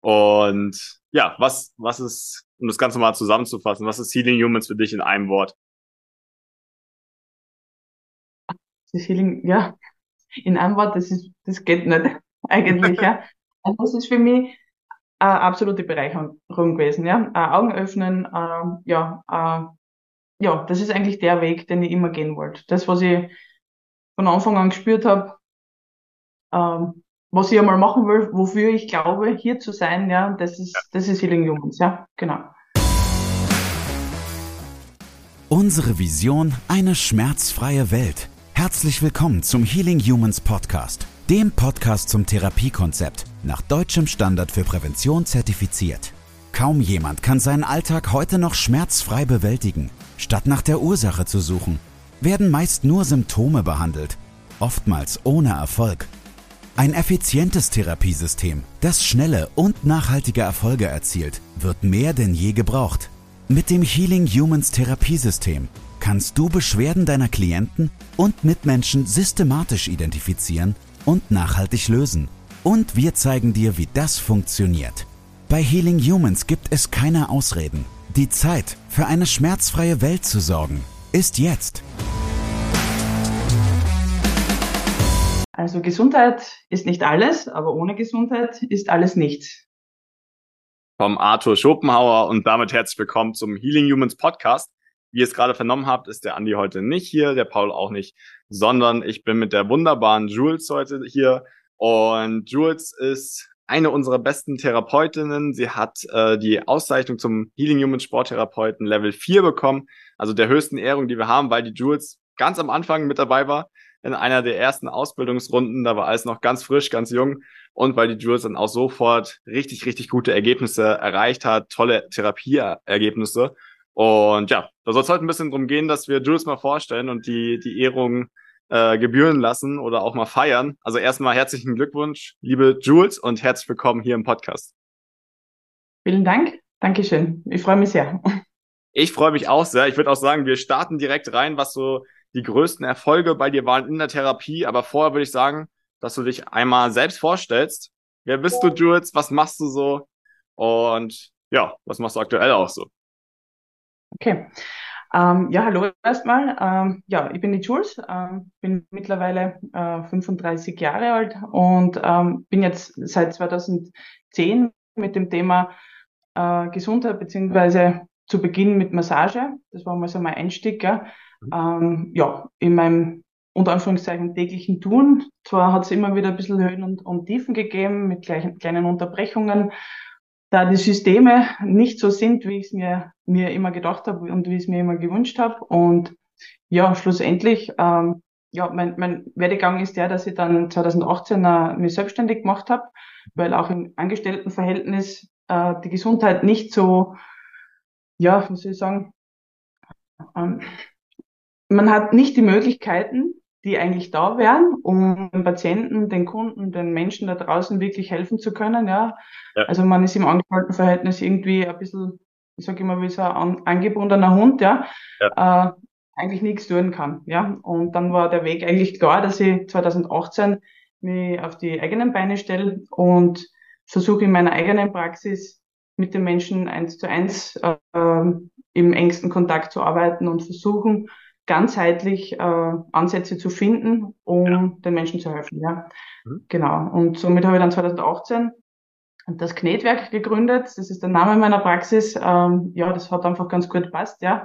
Und ja, was ist, um das Ganze mal zusammenzufassen, was ist Healing Humans für dich in einem Wort? Das Healing, ja, in einem Wort, das geht nicht, eigentlich, ja. Also das ist für mich eine absolute Bereicherung gewesen, ja. Augen öffnen, ja, das ist eigentlich der Weg, den ich immer gehen wollte. Das, was ich von Anfang an gespürt habe, was ich einmal machen will, wofür ich glaube, hier zu sein, ja, das ist Healing Humans, ja, genau. Unsere Vision: eine schmerzfreie Welt. Herzlich willkommen zum Healing Humans Podcast, dem Podcast zum Therapiekonzept, nach deutschem Standard für Prävention zertifiziert. Kaum jemand kann seinen Alltag heute noch schmerzfrei bewältigen. Statt nach der Ursache zu suchen, werden meist nur Symptome behandelt, oftmals ohne Erfolg. Ein effizientes Therapiesystem, das schnelle und nachhaltige Erfolge erzielt, wird mehr denn je gebraucht. Mit dem Healing Humans Therapiesystem kannst du Beschwerden deiner Klienten und Mitmenschen systematisch identifizieren und nachhaltig lösen. Und wir zeigen dir, wie das funktioniert. Bei Healing Humans gibt es keine Ausreden. Die Zeit, für eine schmerzfreie Welt zu sorgen, ist jetzt. Also Gesundheit ist nicht alles, aber ohne Gesundheit ist alles nichts. Vom Arthur Schopenhauer und damit herzlich willkommen zum Healing Humans Podcast. Wie ihr es gerade vernommen habt, ist der Andi heute nicht hier, der Paul auch nicht, sondern ich bin mit der wunderbaren Jules heute hier. Und Jules ist eine unserer besten Therapeutinnen. Sie hat die Auszeichnung zum Healing Humans Sporttherapeuten Level 4 bekommen, also der höchsten Ehrung, die wir haben, weil die Jules ganz am Anfang mit dabei war in einer der ersten Ausbildungsrunden. Da war alles noch ganz frisch, ganz jung. Und weil die Jules dann auch sofort richtig, richtig gute Ergebnisse erreicht hat, tolle Therapieergebnisse. Und ja, da soll es heute ein bisschen drum gehen, dass wir Jules mal vorstellen und die Ehrung gebühren lassen oder auch mal feiern. Also erstmal herzlichen Glückwunsch, liebe Jules, und herzlich willkommen hier im Podcast. Vielen Dank. Dankeschön. Ich freue mich sehr. Ich freue mich auch sehr. Ich würde auch sagen, wir starten direkt rein, was so die größten Erfolge bei dir waren in der Therapie. Aber vorher würde ich sagen, dass du dich einmal selbst vorstellst. Wer bist du, Jules? Was machst du so? Und ja, was machst du aktuell auch so? Okay. Ja, hallo erstmal. Ja, ich bin die Jules, bin mittlerweile 35 Jahre alt und bin jetzt seit 2010 mit dem Thema Gesundheit beziehungsweise zu Beginn mit Massage. Das war mal so mein Einstieg, ja. Ja, in meinem unter Anführungszeichen täglichen Tun. Zwar hat es immer wieder ein bisschen Höhen und Tiefen gegeben mit kleinen Unterbrechungen, da die Systeme nicht so sind, wie ich es mir immer gedacht habe und wie ich es mir immer gewünscht habe. Und ja, schlussendlich, ja, mein Werdegang ist der, dass ich dann 2018 mich selbstständig gemacht habe, weil auch im Angestelltenverhältnis die Gesundheit nicht so, ja, wie soll ich sagen, ähm, man hat nicht die Möglichkeiten, die eigentlich da wären, um den Patienten, den Kunden, den Menschen da draußen wirklich helfen zu können, ja. Ja, Also man ist im Angestelltenverhältnis irgendwie ein bisschen, ich sage immer, wie so ein angebundener Hund, ja, ja. äh, eigentlich nichts tun kann, ja. Und dann war der Weg eigentlich klar, dass ich 2018 mich auf die eigenen Beine stelle und versuche in meiner eigenen Praxis mit den Menschen eins zu eins im engsten Kontakt zu arbeiten und versuchen, ganzheitlich Ansätze zu finden, um den Menschen zu helfen. Ja, Mhm. genau. Und somit habe ich dann 2018 das Knetwerk gegründet. Das ist der Name meiner Praxis. Ja, das hat einfach ganz gut gepasst. Ja,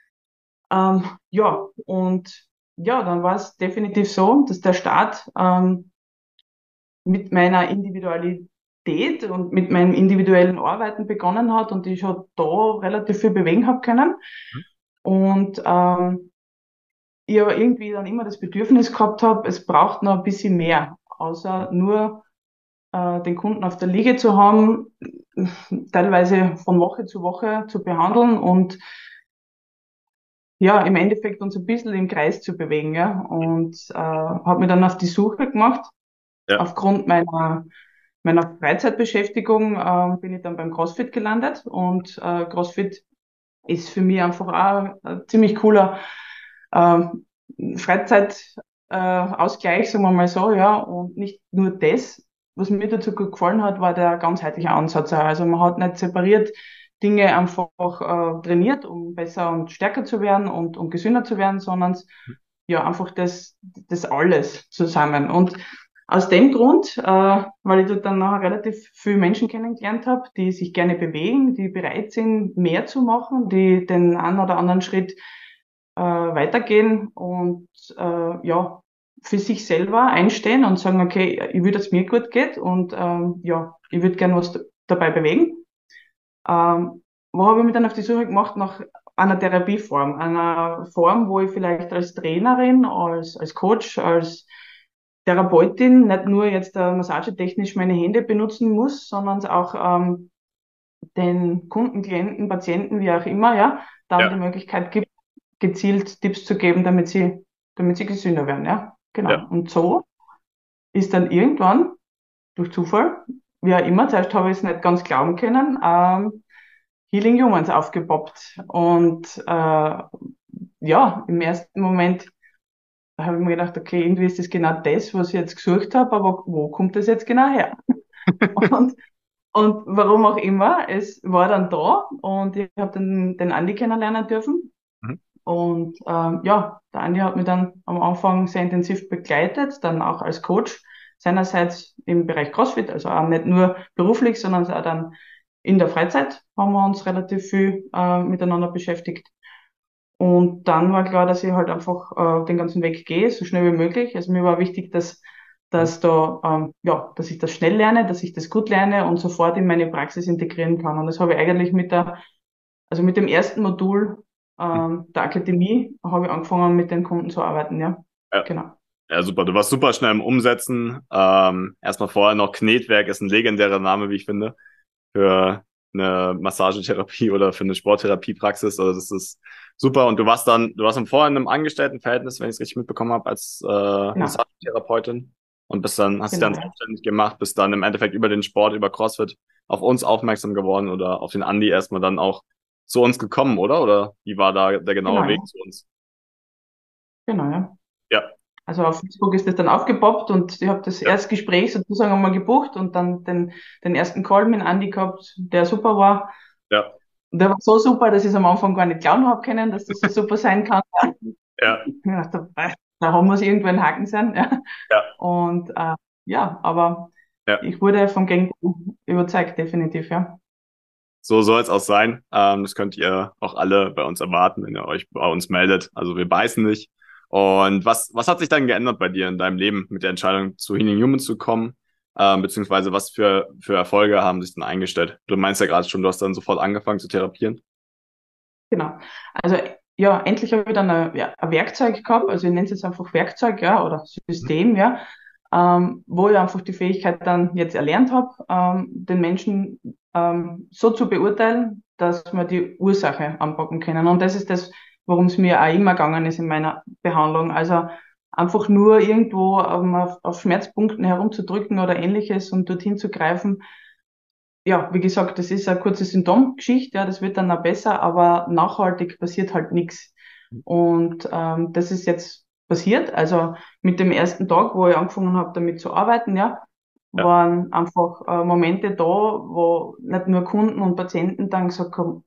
ja, und ja, dann war es definitiv so, dass der Start mit meiner Individualität und mit meinem individuellen Arbeiten begonnen hat und ich schon da relativ viel bewegen habe können. Und ich aber irgendwie dann immer das Bedürfnis gehabt habe, es braucht noch ein bisschen mehr, außer nur den Kunden auf der Liege zu haben, teilweise von Woche zu Woche zu behandeln und ja, im Endeffekt uns ein bisschen im Kreis zu bewegen. Ja? Und habe mich dann auf die Suche gemacht. Ja. Aufgrund meiner Freizeitbeschäftigung bin ich dann beim CrossFit gelandet und CrossFit ist für mich einfach auch ein ziemlich cooler äh, Ausgleich, sagen wir mal so, ja. Und nicht nur das. was mir dazu gut gefallen hat, war der ganzheitliche Ansatz. Also man hat nicht separiert Dinge einfach trainiert, um besser und stärker zu werden und um gesünder zu werden, sondern ja einfach das alles zusammen. Und aus dem Grund, weil ich dort dann nachher relativ viele Menschen kennengelernt habe, die sich gerne bewegen, die bereit sind, mehr zu machen, die den einen oder anderen Schritt weitergehen und ja für sich selber einstehen und sagen, okay, ich will, dass es mir gut geht und ja, ich würde gerne was dabei bewegen. Wo habe ich mich dann auf die Suche gemacht nach einer Therapieform, einer Form, wo ich vielleicht als Trainerin, als Coach, als Therapeutin nicht nur jetzt massagetechnisch meine Hände benutzen muss, sondern auch den Kunden, Klienten, Patienten, wie auch immer, ja, dann die Möglichkeit gibt, gezielt Tipps zu geben, damit sie gesünder werden, ja. Genau. Ja. Und so ist dann irgendwann, durch Zufall, wie auch immer, zuerst habe ich es nicht ganz glauben können, Healing Humans aufgepoppt. Und ja, im ersten Moment habe ich mir gedacht, okay, irgendwie ist das genau das, was ich jetzt gesucht habe, aber wo kommt das jetzt genau her? und warum auch immer, es war dann da und ich habe den Andi kennenlernen dürfen. Mhm. Und ja, der Andi hat mich dann am Anfang sehr intensiv begleitet, dann auch als Coach, seinerseits im Bereich CrossFit, also auch nicht nur beruflich, sondern auch dann in der Freizeit haben wir uns relativ viel miteinander beschäftigt. Und dann war klar, dass ich halt einfach den ganzen Weg gehe, so schnell wie möglich. Also mir war wichtig, dass ja, dass ich das schnell lerne, dass ich das gut lerne und sofort in meine Praxis integrieren kann. Und das habe ich eigentlich mit dem ersten Modul der Akademie habe ich angefangen, mit den Kunden zu arbeiten, ja. Ja. Genau. Ja, super. Du warst super schnell im Umsetzen. Erstmal vorher noch Knetwerk ist ein legendärer Name, wie ich finde, für eine Massagetherapie oder für eine Sporttherapiepraxis. Also das ist super. Und du warst vorher in einem Angestelltenverhältnis, wenn ich es richtig mitbekommen habe, als Genau. Massagetherapeutin. Und hast dich Genau. dann selbstständig gemacht, bist dann im Endeffekt über den Sport, über CrossFit auf uns aufmerksam geworden oder auf den Andi erstmal dann auch zu uns gekommen, oder? Oder wie war da der genaue Genau, Weg ja. zu uns? Genau, ja. Ja, Also auf Facebook ist das dann aufgepoppt und ich habe das Erstgespräch sozusagen einmal gebucht und dann den ersten Call mit Andi gehabt, der super war. ja, Und der war so super, dass ich es am Anfang gar nicht glauben habe können, dass das so super sein kann. ja, Ich dachte, da haben wir es irgendwo ein Haken sein. Ja. ja, Und ja, aber ja. ich wurde vom Gegenteil überzeugt, definitiv, ja. So soll es auch sein. Das könnt ihr auch alle bei uns erwarten, wenn ihr euch bei uns meldet. Also wir beißen nicht. Und was hat sich dann geändert bei dir in deinem Leben mit der Entscheidung, zu Healing Humans zu kommen? Beziehungsweise was für Erfolge haben sich dann eingestellt? Du meinst ja gerade schon, du hast dann sofort angefangen zu therapieren. Genau. Also ja, endlich habe ich dann ein Werkzeug gehabt, also ich nenne es jetzt einfach Werkzeug, ja, oder System, ja, wo ich einfach die Fähigkeit dann jetzt erlernt habe, den Menschen so zu beurteilen, dass wir die Ursache anpacken können. Und das ist das, worum es mir auch immer gegangen ist in meiner Behandlung. Also einfach nur irgendwo auf Schmerzpunkten herumzudrücken oder ähnliches und dorthin zu greifen. Ja, wie gesagt, das ist eine kurze Symptomgeschichte, ja, das wird dann auch besser, aber nachhaltig passiert halt nichts. Und das ist jetzt passiert. Also mit dem ersten Tag, wo ich angefangen habe, damit zu arbeiten, ja, Ja, waren einfach Momente da, wo nicht nur Kunden und Patienten dann gesagt haben,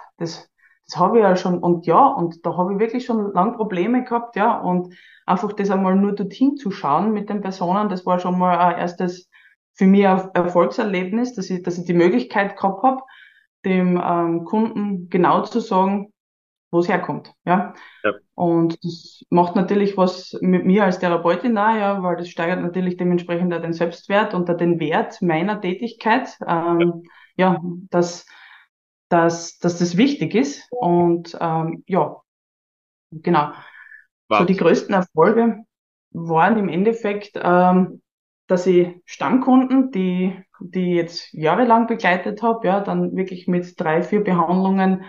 das habe ich ja schon und ja, und da habe ich wirklich schon lange Probleme gehabt, ja, und einfach das einmal nur dorthin zu schauen mit den Personen, das war schon mal ein erstes für mich ein Erfolgserlebnis, dass ich die Möglichkeit gehabt habe, dem Kunden genau zu sagen, wo es herkommt, ja. ja, Und das macht natürlich was mit mir als Therapeutin auch, ja, weil das steigert natürlich dementsprechend auch den Selbstwert und auch den Wert meiner Tätigkeit, ja, dass das wichtig ist. Und ja, genau. So war, die größten Erfolge waren im Endeffekt, dass ich Stammkunden, die jetzt jahrelang begleitet habe, ja, dann wirklich mit 3, 4 Behandlungen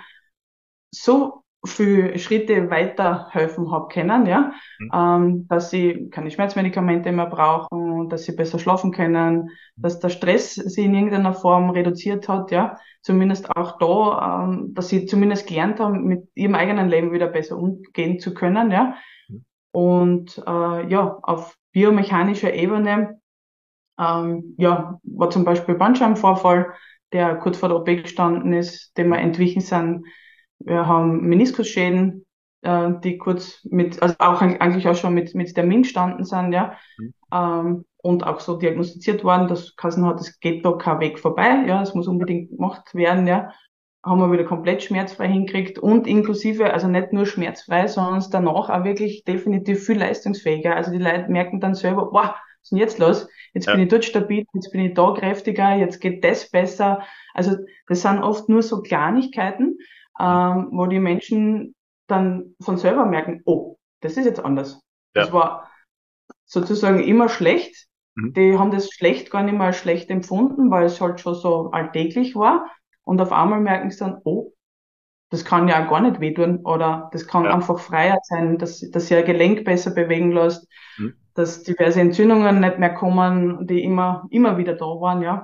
so viele Schritte weiterhelfen habe können, ja, dass sie keine Schmerzmedikamente mehr brauchen, dass sie besser schlafen können, dass der Stress sie in irgendeiner Form reduziert hat, ja, zumindest auch da, dass sie zumindest gelernt haben, mit ihrem eigenen Leben wieder besser umgehen zu können, ja, und ja, auf biomechanischer Ebene Ja, war zum Beispiel Bandscheibenvorfall, der kurz vor der OP gestanden ist, dem wir entwichen sind. Wir haben Meniskusschäden, die kurz also auch eigentlich auch schon mit Termin gestanden sind, ja. Mhm. Und auch so diagnostiziert worden, dass Kassen hat, es geht da kein Weg vorbei, ja, es muss unbedingt gemacht werden, ja. Haben wir wieder komplett schmerzfrei hingekriegt und inklusive, also nicht nur schmerzfrei, sondern danach auch wirklich definitiv viel leistungsfähiger. Also die Leute merken dann selber, wow, was ist denn jetzt los? Jetzt bin ich dort stabil, jetzt bin ich da kräftiger, jetzt geht das besser. Also das sind oft nur so Kleinigkeiten, wo die Menschen dann von selber merken, oh, das ist jetzt anders. Das war sozusagen immer schlecht. Mhm. Die haben das schlecht gar nicht mal als schlecht empfunden, weil es halt schon so alltäglich war. Und auf einmal merken sie dann, oh, das kann ja auch gar nicht wehtun oder das kann einfach freier sein, dass sie ihr Gelenk besser bewegen lässt, Mhm. dass diverse Entzündungen nicht mehr kommen, die immer wieder da waren, ja.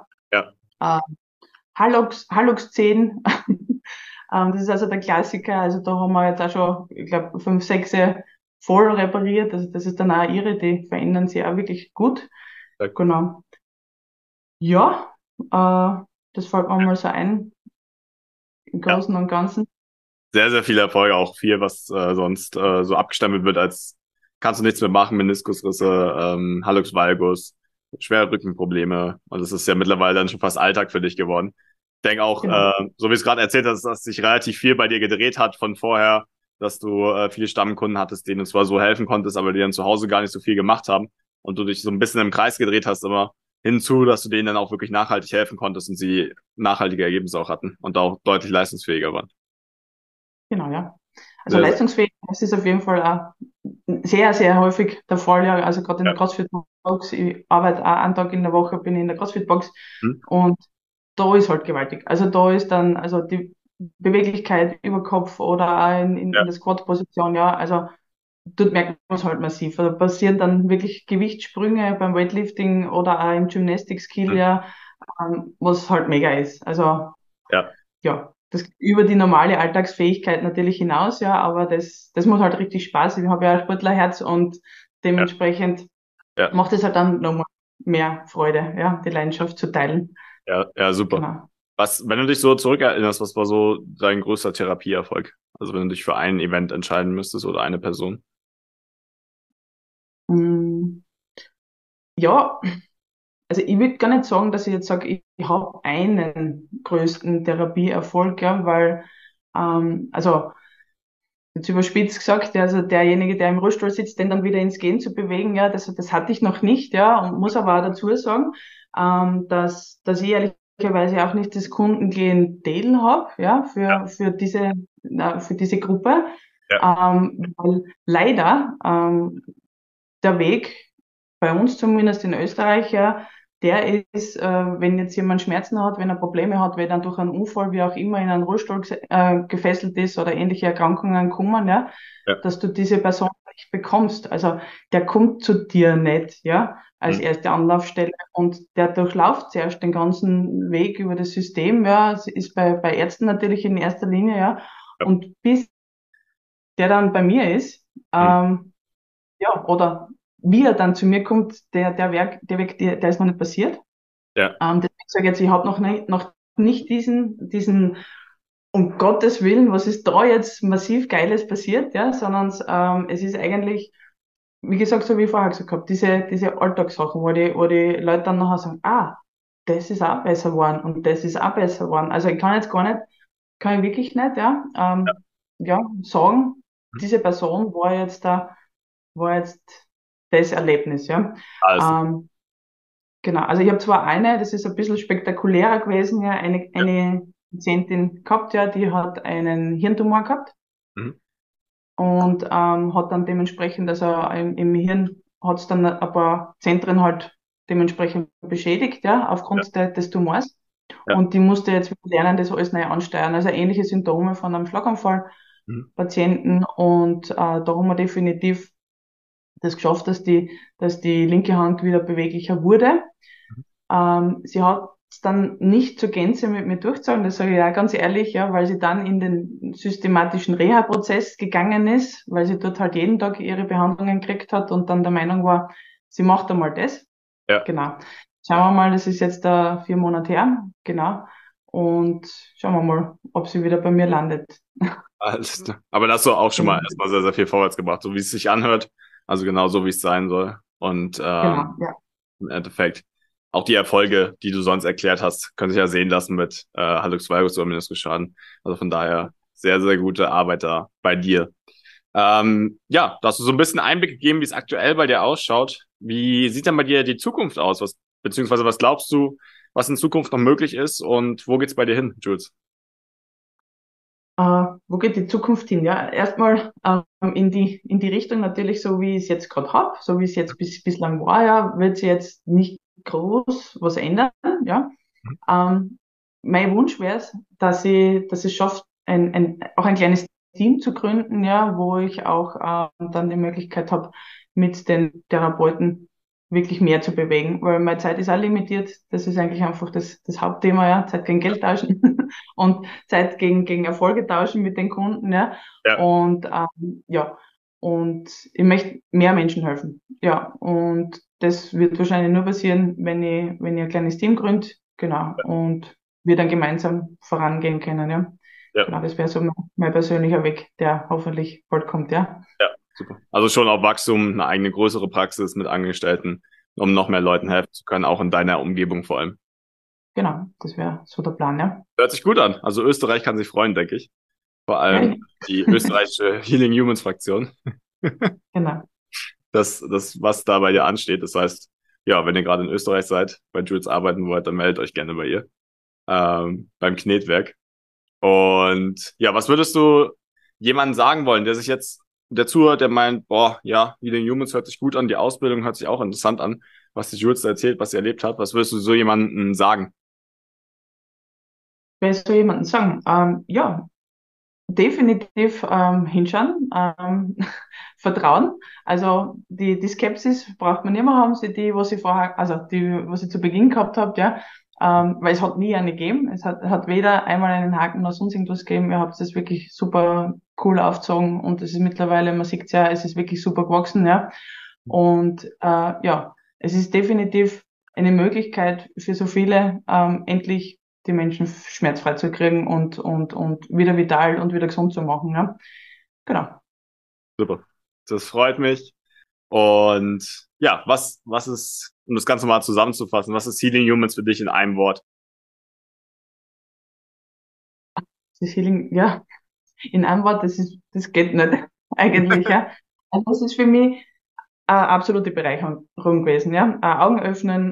Hallux 10, das ist also der Klassiker, also da haben wir jetzt auch schon, ich glaube, 5, 6 voll repariert, also das ist dann auch ihre, die verändern sich auch wirklich gut. Ja. Genau. Ja, das fällt mir mal so ein, im Großen und Ganzen. Sehr, sehr viel Erfolg, auch viel, was sonst so abgestempelt wird, als kannst du nichts mehr machen, Meniskusrisse, Hallux valgus, schwere Rückenprobleme. Und das ist ja mittlerweile dann schon fast Alltag für dich geworden. Ich denke auch, Genau. so wie es gerade erzählt hast, dass sich relativ viel bei dir gedreht hat von vorher, dass du viele Stammkunden hattest, denen du zwar so helfen konntest, aber die dann zu Hause gar nicht so viel gemacht haben und du dich so ein bisschen im Kreis gedreht hast, immer hinzu, dass du denen dann auch wirklich nachhaltig helfen konntest und sie nachhaltige Ergebnisse auch hatten und auch deutlich leistungsfähiger waren. Genau, ja. Also Sehr, leistungsfähig, das ist auf jeden Fall auch sehr, sehr häufig der Fall, ja. Also gerade in der CrossFit-Box, ich arbeite auch einen Tag in der Woche, bin ich in der CrossFit-Box und da ist halt gewaltig. Also da ist dann, also die Beweglichkeit über Kopf oder auch in der Squat-Position, ja, also dort merkt man es halt massiv. Also passieren dann wirklich Gewichtssprünge beim Weightlifting oder auch im Gymnastics-Skill, ja, was halt mega ist. Also, ja, das geht über die normale Alltagsfähigkeit natürlich hinaus, ja, aber das macht halt richtig Spaß. Ich habe ja ein Sportlerherz und dementsprechend macht es halt dann nochmal mehr Freude, ja, die Leidenschaft zu teilen. Ja, super. Genau. Wenn du dich so zurückerinnerst, was war so dein größter Therapieerfolg? Also wenn du dich für ein Event entscheiden müsstest oder eine Person? Ja, also ich würde gar nicht sagen, dass ich jetzt sage, ich habe einen größten Therapieerfolg, ja, weil, also jetzt überspitzt gesagt, ja, also derjenige, der im Rollstuhl sitzt, den dann wieder ins Gehen zu bewegen, ja, das hatte ich noch nicht, ja, und muss aber auch dazu sagen, dass ich ehrlicherweise auch nicht das Kundenklientel habe, ja, für diese Gruppe, weil leider der Weg bei uns zumindest in Österreich, ja, der ist, wenn jetzt jemand Schmerzen hat, wenn er Probleme hat, wenn er durch einen Unfall, wie auch immer, in einen Rollstuhl gefesselt ist oder ähnliche Erkrankungen kommen, ja, dass du diese Person nicht bekommst. Also der kommt zu dir nicht, ja, als erste Anlaufstelle und der durchlauft zuerst den ganzen Weg über das System, ja, es ist bei Ärzten natürlich in erster Linie, ja, und bis der dann bei mir ist, ja, oder wie er dann zu mir kommt, der Weg, der ist noch nicht passiert. Deswegen sage ich jetzt, ich habe noch nicht diesen, um Gottes Willen, was ist da jetzt massiv Geiles passiert, ja, sondern es ist eigentlich, wie gesagt, so wie ich vorher gesagt habe, diese Alltagssachen, wo die Leute dann nachher sagen, das ist auch besser geworden und das ist auch besser geworden. Also ich kann jetzt gar nicht, kann ich wirklich nicht, sagen, diese Person war jetzt das Erlebnis, ja. Genau, also ich habe zwar das ist ein bisschen spektakulärer gewesen, ja, eine Patientin gehabt, ja, die hat einen Hirntumor gehabt und hat dann dementsprechend, also im Hirn hat es dann ein paar Zentren halt dementsprechend beschädigt, ja, aufgrund des Tumors. Und die musste jetzt wieder lernen, das alles neu ansteuern. Also ähnliche Symptome von einem Schlaganfall-Patienten und da haben wir definitiv das geschafft, dass die linke Hand wieder beweglicher wurde. Sie hat es dann nicht zur Gänze mit mir durchgezogen, das sage ich ja ganz ehrlich, ja, weil sie dann in den systematischen Reha-Prozess gegangen ist, weil sie dort halt jeden Tag ihre Behandlungen gekriegt hat und dann der Meinung war, sie macht einmal das. Genau. schauen wir mal, das ist jetzt 4 Monate her, genau. Und schauen wir mal, ob sie wieder bei mir landet. Alles klar. Aber das hast du auch schon mal Genau, erstmal sehr, sehr viel vorwärts gebracht, so wie es sich anhört. Also genau so, wie es sein soll. Und genau, ja. im Endeffekt auch die Erfolge, die du sonst erklärt hast, können sich ja sehen lassen mit Hallux Valgus oder Meniskusschaden. Also von daher sehr, sehr gute Arbeit da bei dir. Ja, da hast du so ein bisschen Einblick gegeben, wie es aktuell bei dir ausschaut. Wie sieht denn bei dir die Zukunft aus? Beziehungsweise was glaubst du, was in Zukunft noch möglich ist und wo geht's bei dir hin, Jules? Wo geht die Zukunft hin? Ja, erstmal in die Richtung natürlich, so wie ich es jetzt gerade habe, so wie es jetzt bislang war, ja, wird sich jetzt nicht groß was ändern. Ja. Ähm, Mein Wunsch wäre es, dass ich schaffe, auch ein kleines Team zu gründen, ja, wo ich auch dann die Möglichkeit habe, mit den Therapeuten wirklich mehr zu bewegen, weil meine Zeit ist auch limitiert. Das ist eigentlich einfach das Hauptthema, ja, Zeit gegen Geld tauschen und Zeit gegen Erfolge tauschen mit den Kunden, ja. Ja, Und ja, und ich möchte mehr Menschen helfen. Ja, und das wird wahrscheinlich nur passieren, wenn ich ein kleines Team gründe, genau, und wir dann gemeinsam vorangehen können, ja. ja, Genau, das wäre so mein persönlicher Weg, der hoffentlich bald kommt, ja. ja, super. Also schon auf Wachstum, eine eigene größere Praxis mit Angestellten, um noch mehr Leuten helfen zu können, auch in deiner Umgebung vor allem. Genau, das wäre so der Plan, ja. Hört sich gut an. Also Österreich kann sich freuen, denke ich. Vor allem Ja, die österreichische Healing Humans Fraktion. genau. Das, was da bei dir ansteht. Das heißt, ja, wenn ihr gerade in Österreich seid, bei Jules arbeiten wollt, dann meldet euch gerne bei ihr, beim Knetwerk. Und ja, was würdest du jemandem sagen wollen, der sich jetzt, der zuhört, der meint, boah, ja, Healing Humans hört sich gut an, die Ausbildung hört sich auch interessant an, was die Jules da erzählt, was sie erlebt hat. Was würdest du so jemandem sagen? Wer so jemanden sagen? Ja, definitiv hinschauen, vertrauen. Also die Skepsis braucht man immer haben, sie die, was ich vorher, also die, was ich zu Beginn gehabt habe, ja, weil es hat nie eine gegeben. Es hat weder einmal einen Haken noch sonst irgendwas gegeben. Ihr habt das wirklich super cool aufgezogen und es ist mittlerweile, man sieht ja, es ist wirklich super gewachsen, ja. Und ja, es ist definitiv eine Möglichkeit für so viele, endlich die Menschen schmerzfrei zu kriegen und wieder vital und wieder gesund zu machen. Ja? Genau. Super. Das freut mich. Und ja, was ist, um das Ganze mal zusammenzufassen, was ist Healing Humans für dich in einem Wort? Das Healing, ja, in einem Wort, das geht nicht eigentlich. Ja? Also das ist für mich eine absolute Bereicherung gewesen. Ja? Augen öffnen,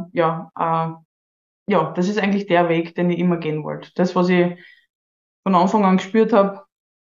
ja, das ist eigentlich der Weg, den ich immer gehen wollte. Das, was ich von Anfang an gespürt habe,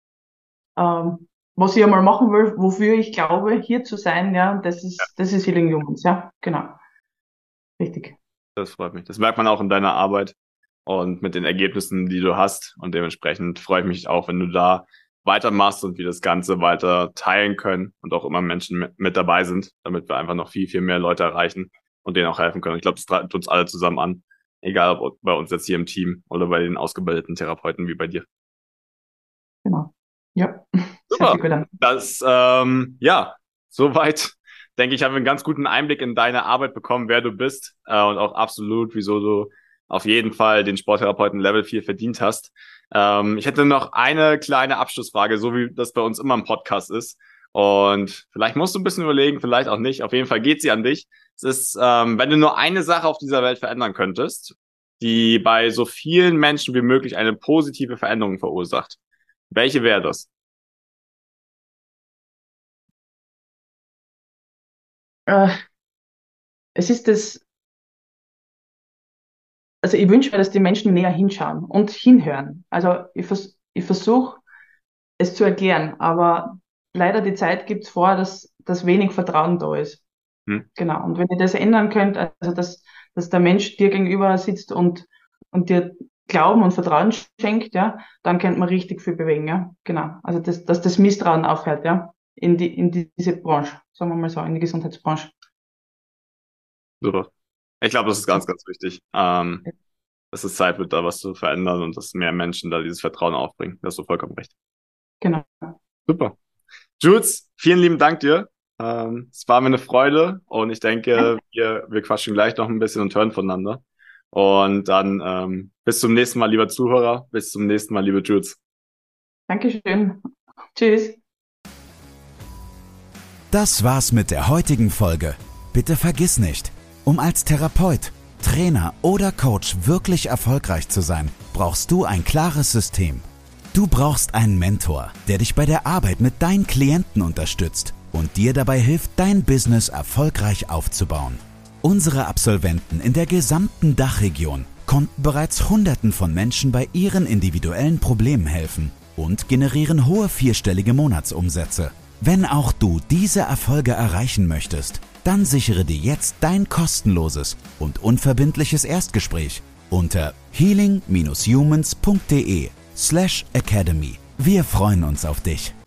was ich einmal machen will, wofür ich glaube, hier zu sein, ja, das ist Healing Humans, ja, genau, richtig. Das freut mich. Das merkt man auch in deiner Arbeit und mit den Ergebnissen, die du hast. Und dementsprechend freue ich mich auch, wenn du da weitermachst und wir das Ganze weiter teilen können und auch immer Menschen mit dabei sind, damit wir einfach noch viel, viel mehr Leute erreichen und denen auch helfen können. Ich glaube, das treibt uns alle zusammen an. Egal ob bei uns jetzt hier im Team oder bei den ausgebildeten Therapeuten wie bei dir. Genau. Ja, das hört Super. sich gut an. Ja, soweit denke ich, haben wir einen ganz guten Einblick in deine Arbeit bekommen, wer du bist und auch absolut, wieso du auf jeden Fall den Sporttherapeuten Level 4 verdient hast. Ich hätte noch eine kleine Abschlussfrage, so wie das bei uns immer im Podcast ist. Und vielleicht musst du ein bisschen überlegen, vielleicht auch nicht. Auf jeden Fall geht sie an dich. Es ist, wenn du nur eine Sache auf dieser Welt verändern könntest, die bei so vielen Menschen wie möglich eine positive Veränderung verursacht. Welche wäre das? Äh, Es ist das, also ich wünsche mir, dass die Menschen näher hinschauen und hinhören. Also ich versuche es zu erklären, aber leider die Zeit gibt es vor, dass wenig Vertrauen da ist. Hm? Genau. Und wenn ihr das ändern könnt, also dass der Mensch dir gegenüber sitzt und dir Glauben und Vertrauen schenkt, ja, dann könnte man richtig viel bewegen, ja. Genau. Also dass das Misstrauen aufhört, ja, in diese Branche, sagen wir mal so, in die Gesundheitsbranche. Super. Ich glaube, das ist ganz, ganz wichtig, dass es Zeit wird, da was zu verändern und dass mehr Menschen da dieses Vertrauen aufbringen. Da hast du vollkommen recht. Genau. Super. Jules, vielen lieben Dank dir. Es war mir eine Freude und ich denke, wir quatschen gleich noch ein bisschen und hören voneinander. Und dann bis zum nächsten Mal, lieber Zuhörer. Bis zum nächsten Mal, liebe Jules. Dankeschön. Tschüss. Das war's mit der heutigen Folge. Bitte vergiss nicht, um als Therapeut, Trainer oder Coach wirklich erfolgreich zu sein, brauchst du ein klares System. Du brauchst einen Mentor, der dich bei der Arbeit mit deinen Klienten unterstützt und dir dabei hilft, dein Business erfolgreich aufzubauen. Unsere Absolventen in der gesamten Dachregion konnten bereits Hunderten von Menschen bei ihren individuellen Problemen helfen und generieren hohe vierstellige Monatsumsätze. Wenn auch du diese Erfolge erreichen möchtest, dann sichere dir jetzt dein kostenloses und unverbindliches Erstgespräch unter healing-humans.de/academy. Wir freuen uns auf dich.